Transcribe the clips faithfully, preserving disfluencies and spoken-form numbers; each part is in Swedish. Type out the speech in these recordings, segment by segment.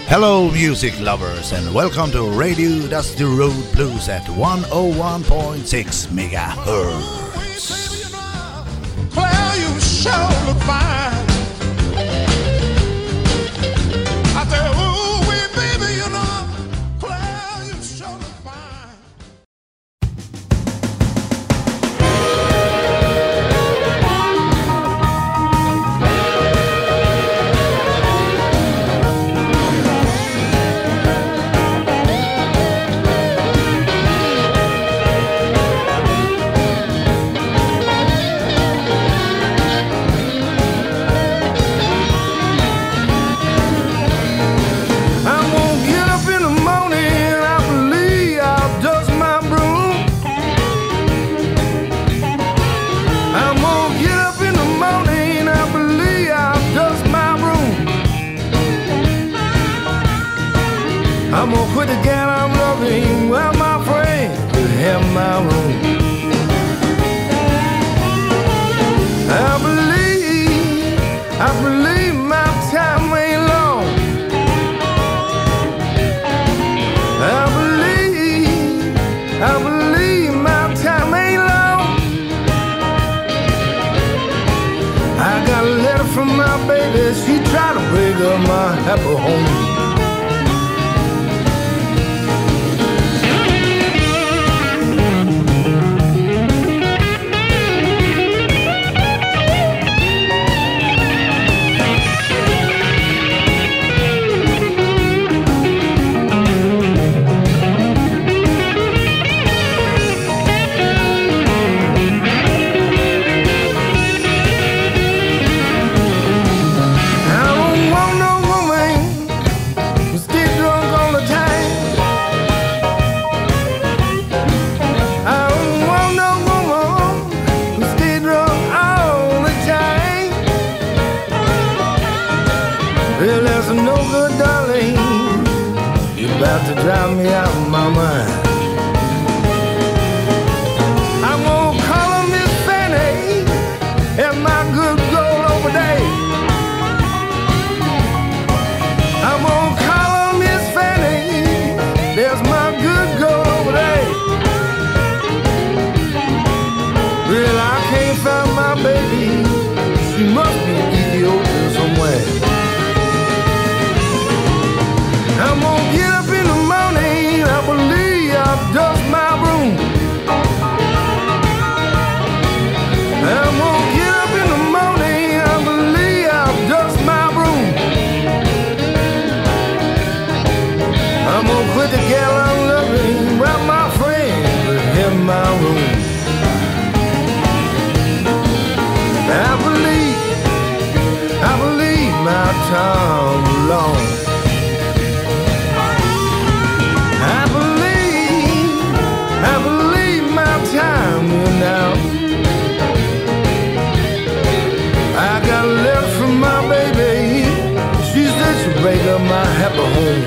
Hello music lovers and welcome to Radio Dusty Road Blues at one oh one point six megahertz. Claire, you sure look fine. I said, ooh, wee, baby, you know, Claire, you sure look fine. I'm gonna quit the gal I'm loving, well, my friend, to have my room. I believe, I believe my time ain't long. I believe, I believe my time ain't long. I got a letter from my baby, she tried to break up my happy home. About to drive me out of my mind. I'm gonna call her Miss Fanny and my good girl over there. I'm gonna call her Miss Fanny, there's my good girl over there. Well, I can't find my baby, she must be in Ethiopia somewhere. I'm gonna get up in the morning, I believe I'll dust my room. I'm gonna get up in the morning, I believe I'll dust my room. I'm gonna quit the gal I'm loving, wrap my friends in my room. I believe, I believe my time long. I believe my time will now. I got a letter from my baby, she said she'll break up my happy home.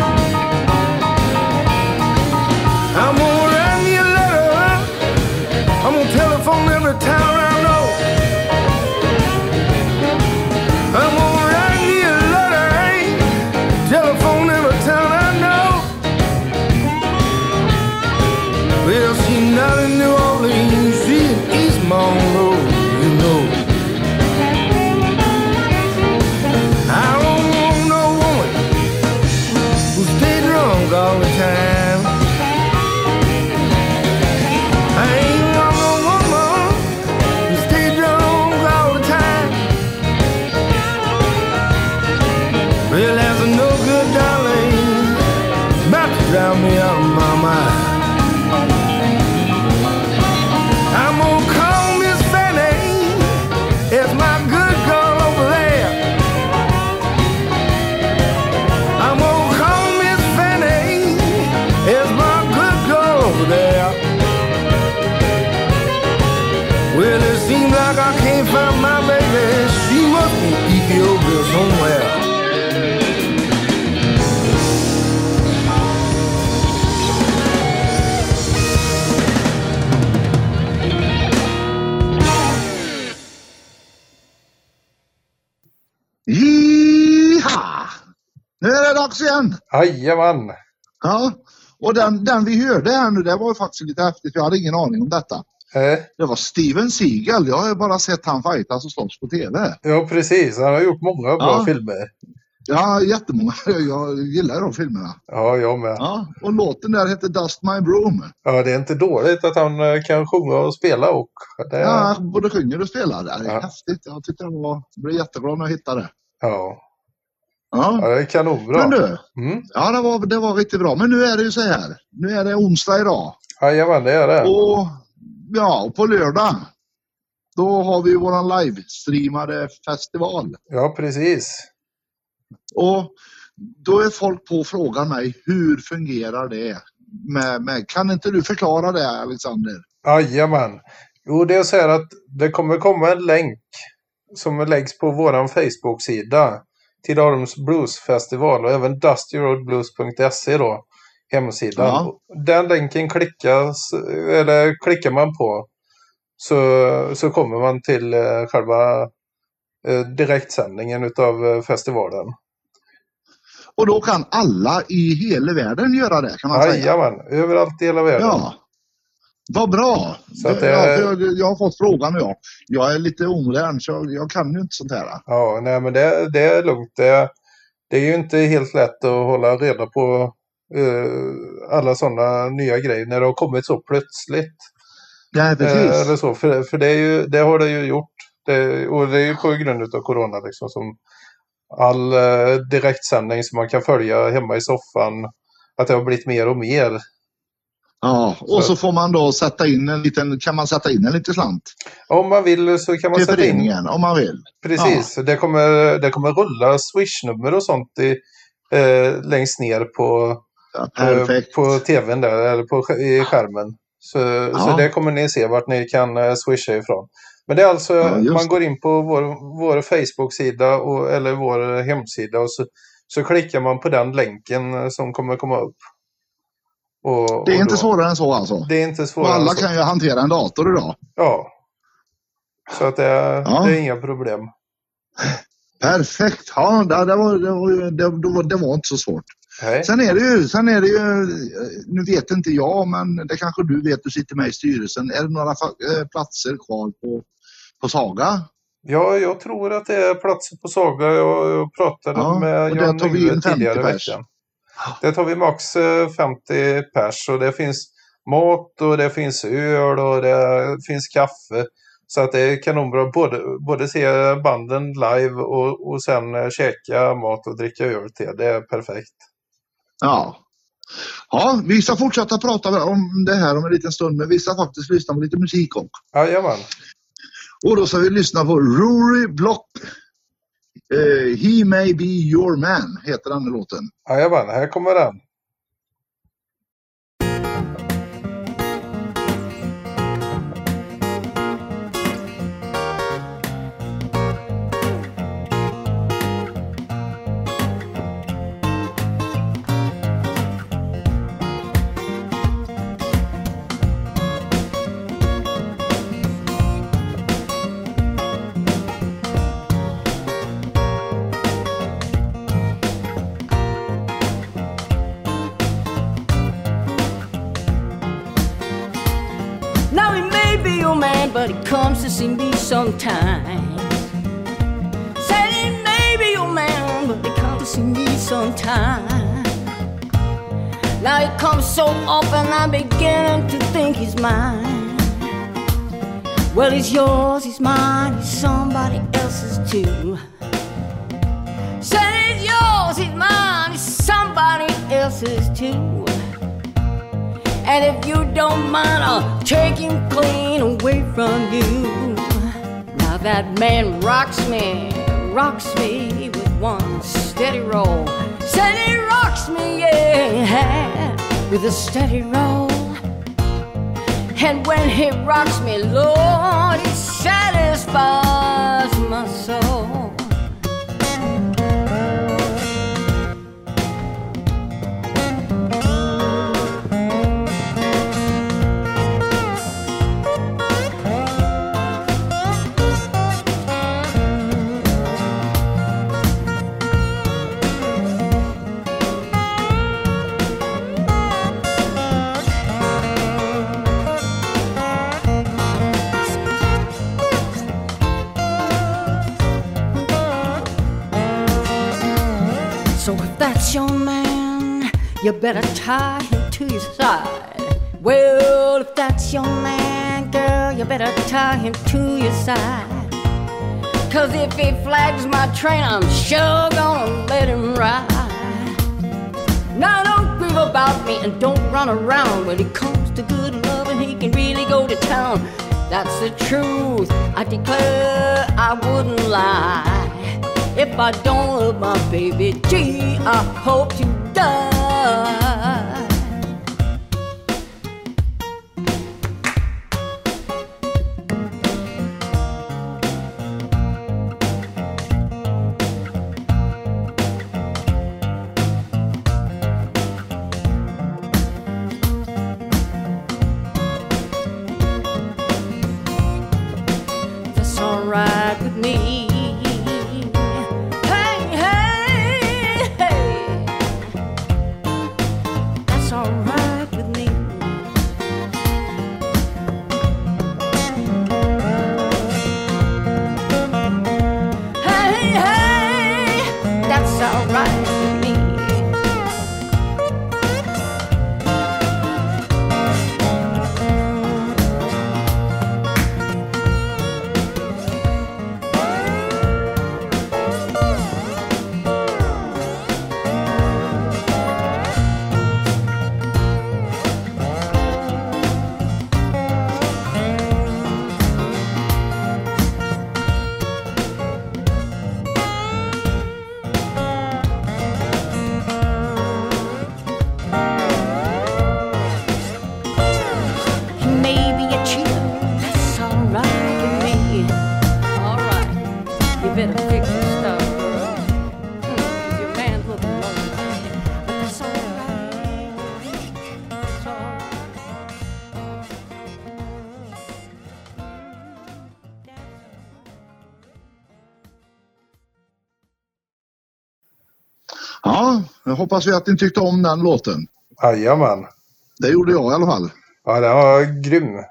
I'm gonna write me a letter, I'm gonna telephone every town I know. I'm gonna write me a letter, telephone every town I know. Well, she's not in New Orleans, she's in East Monroe, you know. I don't want no woman who stay drunk all the time. I ain't want no woman who stay drunk all the time. Well, that's no good, darling, about to drive me out of my mind. I'm gonna call Miss Fanny, it's my good girl over there. I'm gonna call Miss Fanny, it's my good girl over there. Well, it seems like I can't find my baby, she must be Ethiopia somewhere. Yeehaw! Nu är det dags igen. Jajamän. Ja, och den, den vi hörde här nu, det var ju faktiskt lite häftigt. Jag hade ingen aning om detta. Eh, Det var Steven Seagal. Jag har ju bara sett han fightas och slåss på tv. ja, precis. Han har gjort många bra Ja. filmer. Ja, jättemånga. Jag gillar de filmerna. Ja, jag med. Ja, och låten där heter Dust My Broom. Ja, det är inte dåligt att han eh, kan sjunga och spela och det, Ja, han både sjunger och spelar. Det är Ja. häftigt. Jag tyckte det var, jag blev jätteglad när jag hittade det. ja. Ja. ja, det är kanonbra. Men du, Mm. ja det var, det var riktigt bra. Men nu är det ju så här. Nu är det onsdag idag. Jajamän, det är det. Och ja, och på lördag då har vi våran livestreamade festival. Ja, precis. Och då är folk på och frågar mig, hur fungerar det? Med, med, kan inte du förklara det, Alexander? Jajamän. Jo, det är så här att det kommer komma en länk som läggs på våran Facebook-sida till Darums Bluesfestival och även dusty road blues punkt se då, hemsidan. Ja. Den länken klickas, eller klickar man på så, så kommer man till eh, själva eh, direktsändningen utav eh, festivalen. Och då kan alla i hela världen göra det, kan man säga. Jajamän, överallt i hela världen. Ja, vad bra. Så att det- ja, för jag, jag har fått frågan nu. Ja. Jag är lite omodern så jag, jag kan ju inte sånt här. Ja, nej men det, det är lugnt. Det, det är ju inte helt lätt att hålla reda på eh, alla sådana nya grejer när det har kommit så plötsligt. Nej, Eh, precis. eller så. För, för det, är ju, det har det ju gjort. Det, och det är ju på grund av corona liksom, som all eh, direktsändning som man kan följa hemma i soffan, att det har blivit mer och mer. Ja, och så får man då sätta in en liten, kan man sätta in en liten slant Om man vill så kan man till sätta in. föreningen om man vill. Precis, det, kommer, det kommer rulla swishnummer och sånt i, eh, längst ner på, Ja, eh, perfekt. på tvn där, eller på, sk- i skärmen. Så, Ja. så det kommer ni se vart ni kan eh, swisha ifrån. Men det är alltså, Ja, just man går in på vår, vår Facebook-sida och, eller vår hemsida och så, så klickar man på den länken eh, som kommer komma upp. Och, Det är och inte då- svårare än så alltså. Det är inte Och svårare alla än så. kan ju hantera en dator idag. Ja. Så att det, Ja. det är inga problem. Perfekt. Ja, det, det, var, det, var, det, var, det var inte så svårt. Hej. Sen är det ju, sen är det ju, nu vet inte jag, men det kanske du vet, du sitter med i styrelsen. Är det några fa- eh, platser kvar på, på Saga? Ja, jag tror att det är platser på Saga. Jag, jag pratade Ja, med och där Jan tar vi Yngve in femtio tidigare i pers. veckan. Där tar vi max eh, femtio pers och det finns mat och det finns öl och det finns kaffe. Så att det är kanonbra både, både se banden live och, och sen eh, käka mat och dricka öl till. Det är perfekt. Ja. Ja, vi ska fortsätta prata om det här om en liten stund, men vi ska faktiskt lyssna på lite musik också. Jajamän. Och då ska vi lyssna på Rory Block. Eh, He May Be Your Man heter den låten. Jajamän, här kommer den. Now he may be your man, but he comes to see me sometimes. Said he may be your man, but he comes to see me sometimes. Now he comes so often, I'm beginning to think he's mine. Well, he's yours, he's mine, he's somebody else's too. Said he's yours, he's mine, he's somebody else's too. And if you don't mind, I'll take him clean away from you. Now that man rocks me, rocks me with one steady roll. Said he rocks me, yeah, with a steady roll. And when he rocks me, Lord, he satisfies my soul. So if that's your man, you better tie him to your side. Well, if that's your man, girl, you better tie him to your side. Cause if he flags my train, I'm sure gonna let him ride. Now don't grieve about me and don't run around. When it comes to good loving, he can really go to town. That's the truth, I declare I wouldn't lie. If I don't love my baby, gee, I hope to die. That's all right with me. Ja, jag hoppas vi att ni tyckte om den låten. Jajamän. Det gjorde jag i alla fall. Ja, den var grym.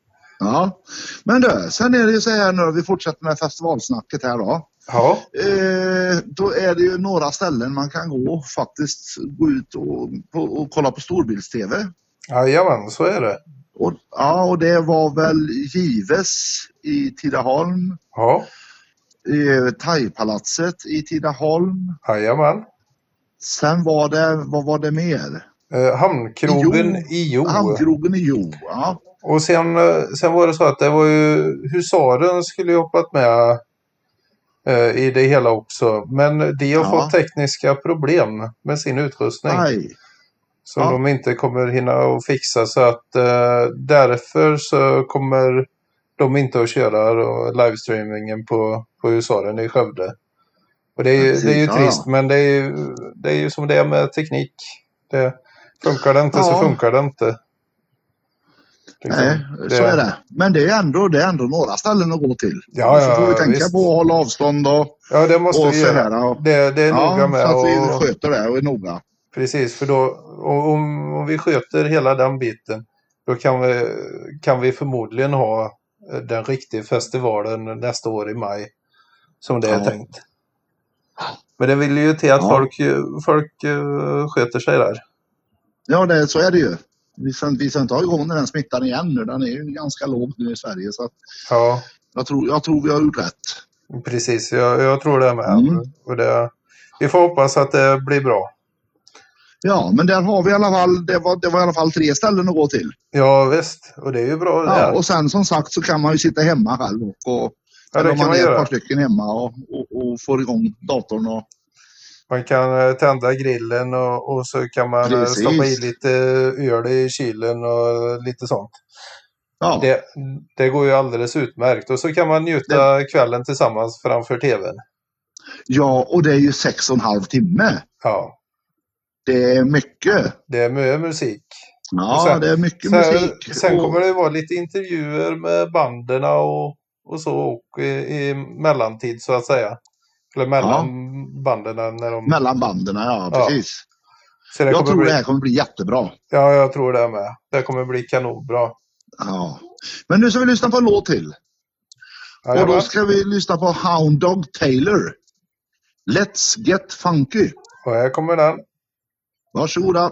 Ja, men du, sen är det ju så här nu, vi fortsätter med festivalsnacket här då. Ja. Eh, då är det ju några ställen man kan gå faktiskt gå ut och, på, och kolla på storbilds-tv. Jajamän, så är det. Och, ja, och det var väl Gives i Tidaholm. Ja. Eh, Thaipalatset i Tidaholm. Jajamän. Sen var det, vad var det mer? Eh, Hamnkrogen Jo. i Jo. Hamnkrogen i Jo, ja. Och sen, sen var det så att det var ju Husaren skulle ju hoppat med eh, i det hela också. Men de har Ja. fått tekniska problem med sin utrustning. Nej. Som Ja. de inte kommer hinna att fixa. Så att eh, därför så kommer de inte att köra då livestreamingen på, på Husaren i Skövde. Och det är, ju- Precis, det är ju ja. trist, men det är ju, det är ju som det är med teknik. Det, funkar det inte så Ja. funkar det inte. Liksom, Nej, så är det. Men det är ändå, det är ändå några ställen att gå till. Ja, så ja, får vi tänka visst. på att hålla avstånd och, Ja, det måste och vi så göra. här. Och, Det, det är noga ja, med. så att vi Och, sköter det och är noga. precis, för då om, om vi sköter hela den biten då kan vi, kan vi förmodligen ha den riktiga festivalen nästa år i maj som det är Ja. tänkt. Men det vill ju till att Ja. folk, folk eh, sköter sig där. Ja, det, så är det ju. Vi ska, vi ska inte ha igång den smittan igen nu. Den är ju ganska låg nu i Sverige. Så att Ja, jag, tror, jag tror vi har gjort rätt. precis. Jag, jag tror det med. Mm. Och det, vi får hoppas att det blir bra. Ja, men där har vi i alla fall, det var, det var i alla fall tre ställen att gå till. Ja, visst. Och det är ju bra det Ja, här. och sen som sagt så kan man ju sitta hemma själv och, och Ja, det eller om kan man man är ett göra. par stycken hemma och, och, och får igång datorn. Och, Man kan eh, tända grillen och, och så kan man eh, Precis. stoppa i lite öl i kylen och lite sånt. ja, Det, det går ju alldeles utmärkt. Och så kan man njuta kvällen tillsammans framför tvn. ja, och det är ju sex och en halv timme. Ja, Det är mycket. det är mycket musik. Ja, Och sen- det är mycket Sen, musik. sen och, kommer det vara lite intervjuer med banderna och, och så och i, i mellantid så att säga. Eller mellan banderna när de... mellan banden, ja, Ja. precis. Så det Jag kommer tror bli, det här kommer bli jättebra. Ja, jag tror det med. Det kommer bli kanonbra. Ja. Men nu ska vi lyssna på en låt till. Och Jajamän. då ska vi lyssna på Hound Dog Taylor. Let's Get Funky. Och här kommer den. Varsågoda.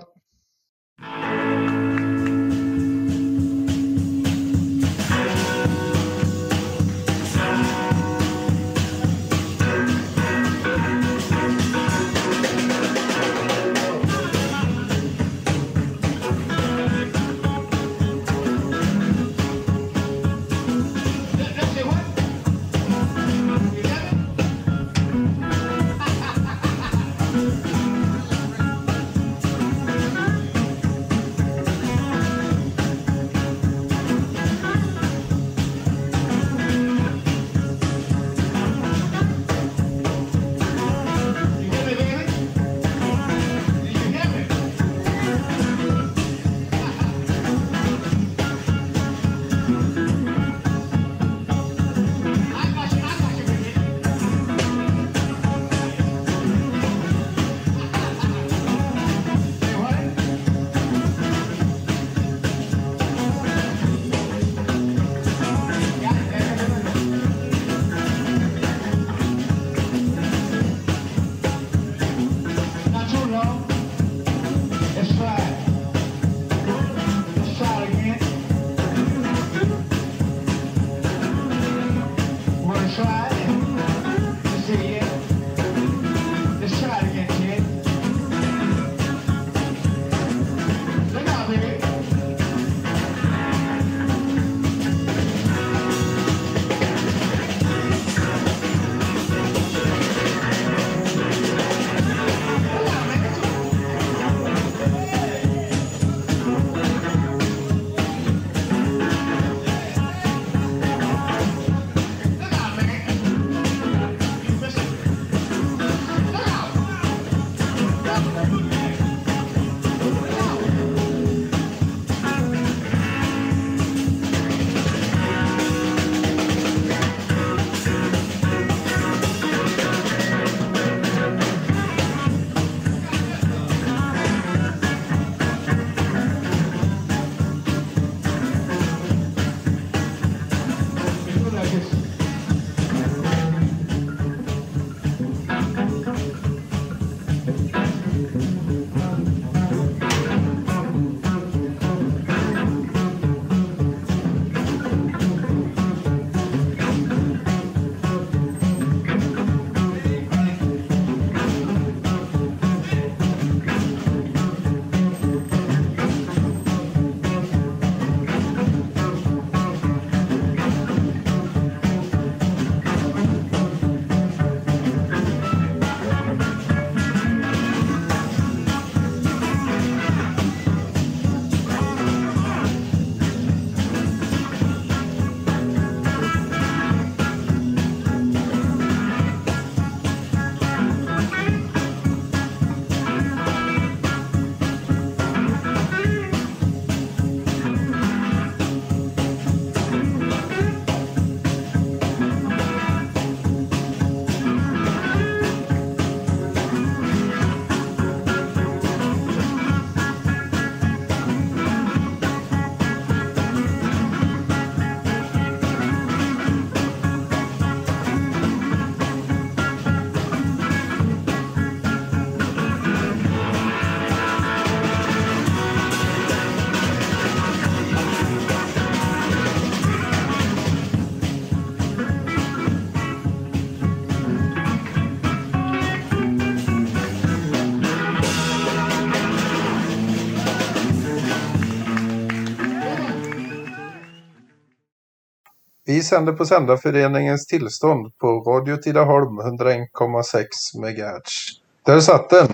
Vi sänder på Sändarföreningens tillstånd på Radio Tidaholm hundraen komma sex megahertz. Där satt den.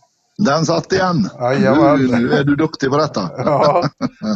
Den satt igen. Jajamän. Nu, nu är du duktig på detta. Ja.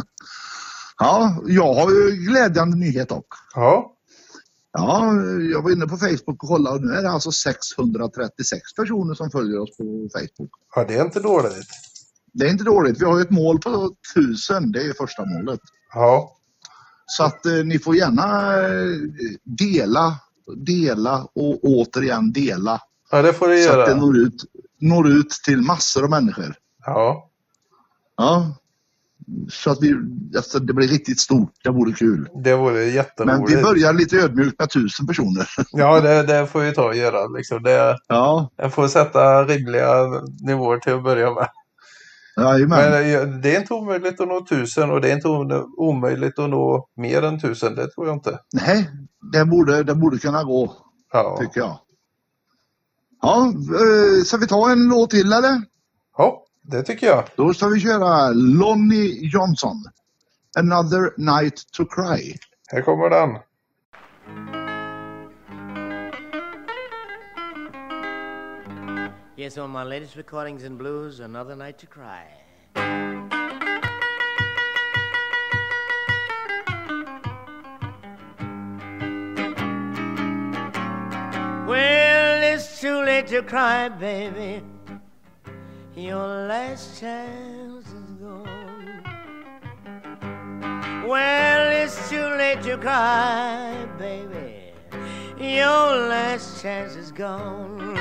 Ja, jag har ju glädjande nyhet också. Ja. Ja, jag var inne på Facebook och kollade och nu är det alltså sexhundratrettiosex personer som följer oss på Facebook. Ja, det är inte dåligt. Det är inte dåligt. Vi har ju ett mål på tusen, det är första målet. Ja. Så att eh, ni får gärna eh, dela, dela och återigen dela. Ja, det får du så göra. Så att det når ut, når ut till massor av människor. Ja. Ja. så att vi, alltså, det blir riktigt stort. Det vore kul. Det vore jätteroligt. Men vi börjar lite ödmjukt med tusen personer. Ja, det, det får vi ta och göra. Liksom. Det, Ja. jag får sätta rimliga nivåer till att börja med. Jajamän. Men det är inte omöjligt att nå tusen och det är inte omöjligt att nå mer än tusen. Det tror jag inte. Nej, det borde, det borde kunna gå, Ja. tycker jag. Ja, ska vi ta en låt till eller? Ja, det tycker jag. Då ska vi köra Lonnie Johnson. Another Night to Cry. Här kommer den. Yes, on my latest recordings in blues, Another Night to Cry. Well, it's too late to cry, baby. Your last chance is gone. Well, it's too late to cry, baby. Your last chance is gone.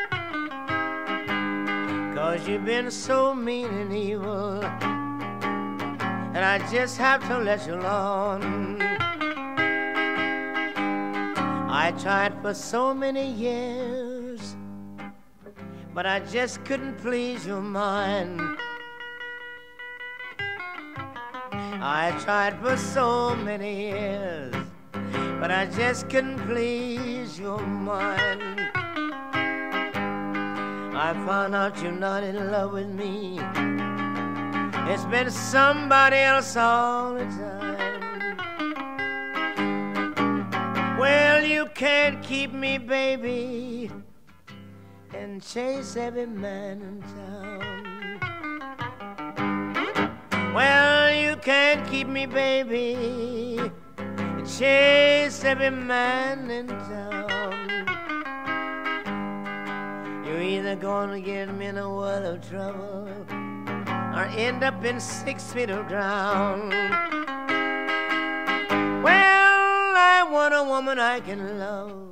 'Cause you've been so mean and evil, and I just have to let you alone. I tried for so many years, but I just couldn't please your mind. I tried for so many years, but I just couldn't please your mind. I found out you're not in love with me. It's been somebody else all the time. Well, you can't keep me, baby, and chase every man in town. Well, you can't keep me, baby, and chase every man in town. You're either gonna get me in a world of trouble or end up in six feet of ground. Well, I want a woman I can love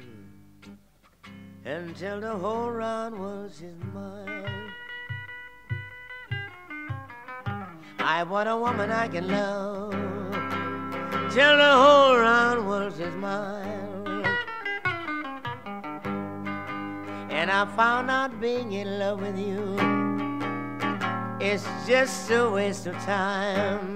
and tell the whole round world she's mine. I want a woman I can love, tell the whole round world she's mine. And I found out being in love with you is just a waste of time.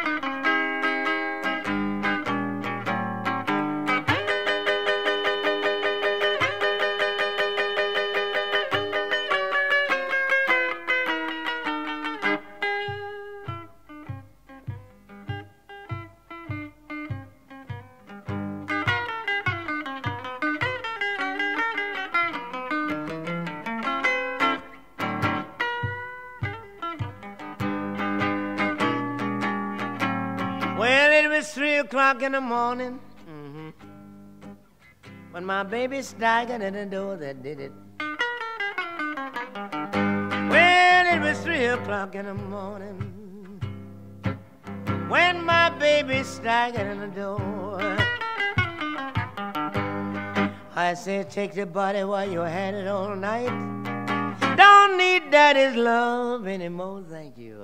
Three o'clock in the morning, mm-hmm, when my baby staggered at the door that did it. Well, it was three o'clock in the morning when my baby staggered in the door. I said, take the body while you had it all night. Don't need daddy's love anymore, thank you.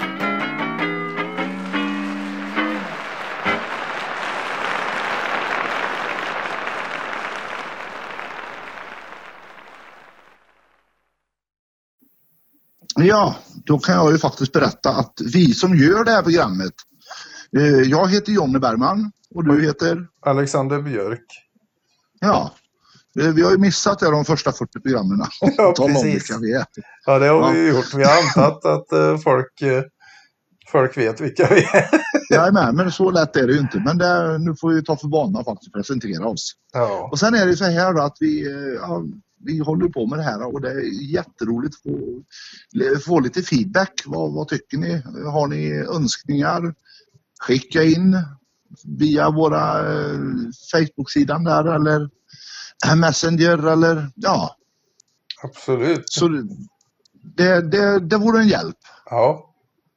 Ja, då kan jag ju faktiskt berätta att vi som gör det här programmet, eh, jag heter Jonny Bergman och du heter? Alexander Björk. Ja, eh, vi har ju missat det de första fyrtio programmen. Ja, precis. Vi är. Ja, det har ja. vi ju gjort. Vi har antat att uh, folk, uh, folk vet vilka vi är. Ja, men, men så lätt är det ju inte. Men det, nu får vi ta för vana faktiskt att presentera oss. Ja. Och sen är det så här då att vi... Ja, vi håller på med det här och det är jätteroligt att få, få lite feedback. Vad, vad tycker ni? Har ni önskningar? Skicka in via våra eh, Facebook-sidan där eller Messenger eller ja. Absolut. Så det, det, det vore en hjälp. Ja.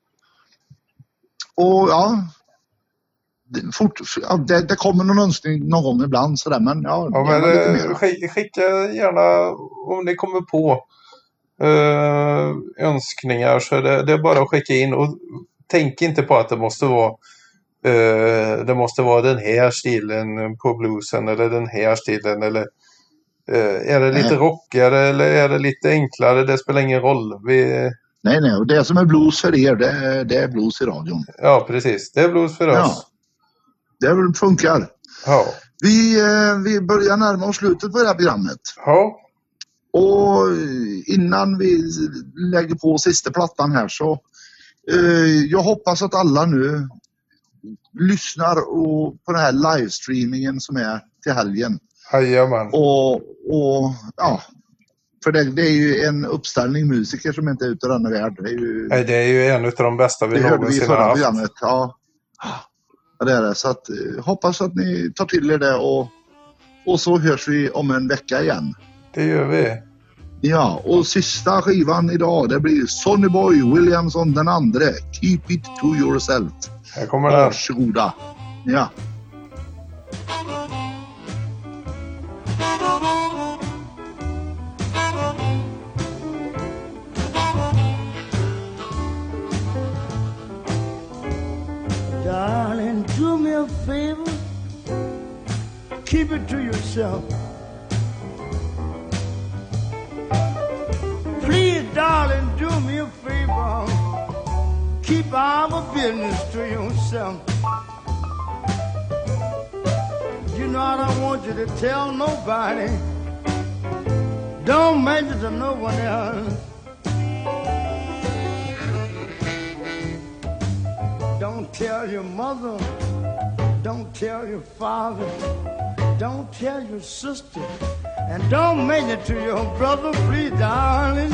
Och ja, Fort, ja, det, det kommer någon önskning någon gång ibland sådär, men ja, ja men eh, skick, skicka gärna om ni kommer på eh, önskningar så det, det är bara att skicka in och tänk inte på att det måste vara uh, det måste vara den här stilen på bluesen eller den här stilen eller uh, är det lite nej. rockigare eller är det lite enklare, det spelar ingen roll. Vi... Nej, nej, och det som är blues för er, det är, det är blues i radion. Ja, precis. Det är blues för ja. oss. Det funkar. Ja. Vi, uh, vi börjar närma oss slutet på det här programmet. Ja. Och innan vi lägger på sista plattan här så eh, jag hoppas att alla nu lyssnar och, på den här livestreamingen som är till helgen. Jajamän. Och, och ja, för det, det är ju en uppställning musiker som inte är ute i denna värld. Det är ju, Nej, det är ju en av de bästa vi det hörde vi i förra haft. programmet. Ja. Ja, det är det. Så att, hoppas att ni tar till er det och, och så hörs vi om en vecka igen. Det gör vi. Ja, och sista skivan idag, det blir Sonny Boy Williamson den andre. Keep it to yourself. Här kommer den. Varsågoda. Ja. Darling, do me a favor. Keep it to yourself. Please, darling, do me a favor. Keep our business to yourself. You know I don't want you to tell nobody. Don't mention to no one else. Don't tell your mother. Don't tell your father. Don't tell your sister. And don't mention it to your brother, please, darling.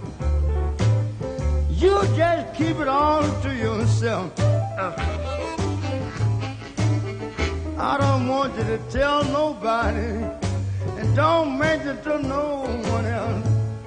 You just keep it all to yourself. I don't want you to tell nobody. And don't mention it to no one else.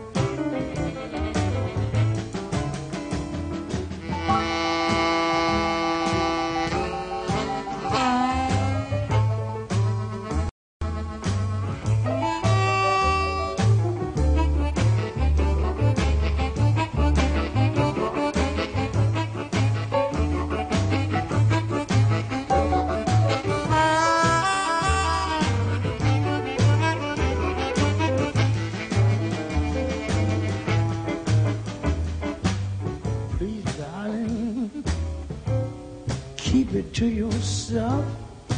To yourself.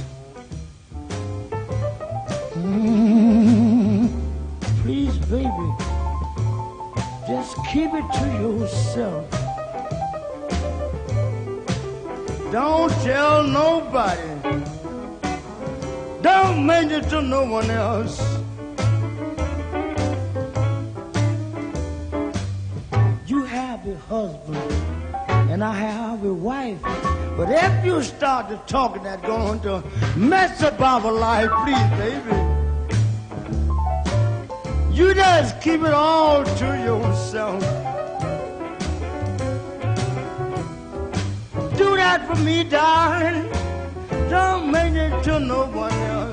Mm, please, baby, just keep it to yourself. Don't tell nobody. Don't mention it to no one else. You have a husband and I have a wife. But if you start to talking, that's going to mess up our life, please, baby. You just keep it all to yourself. Do that for me, darling. Don't mention it to no one else.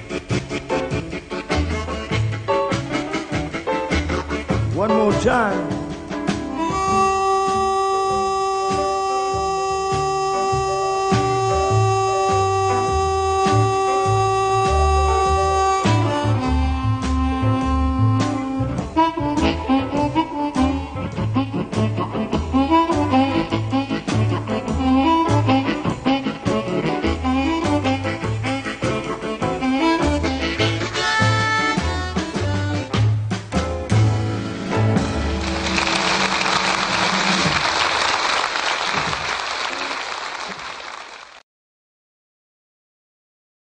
One more time.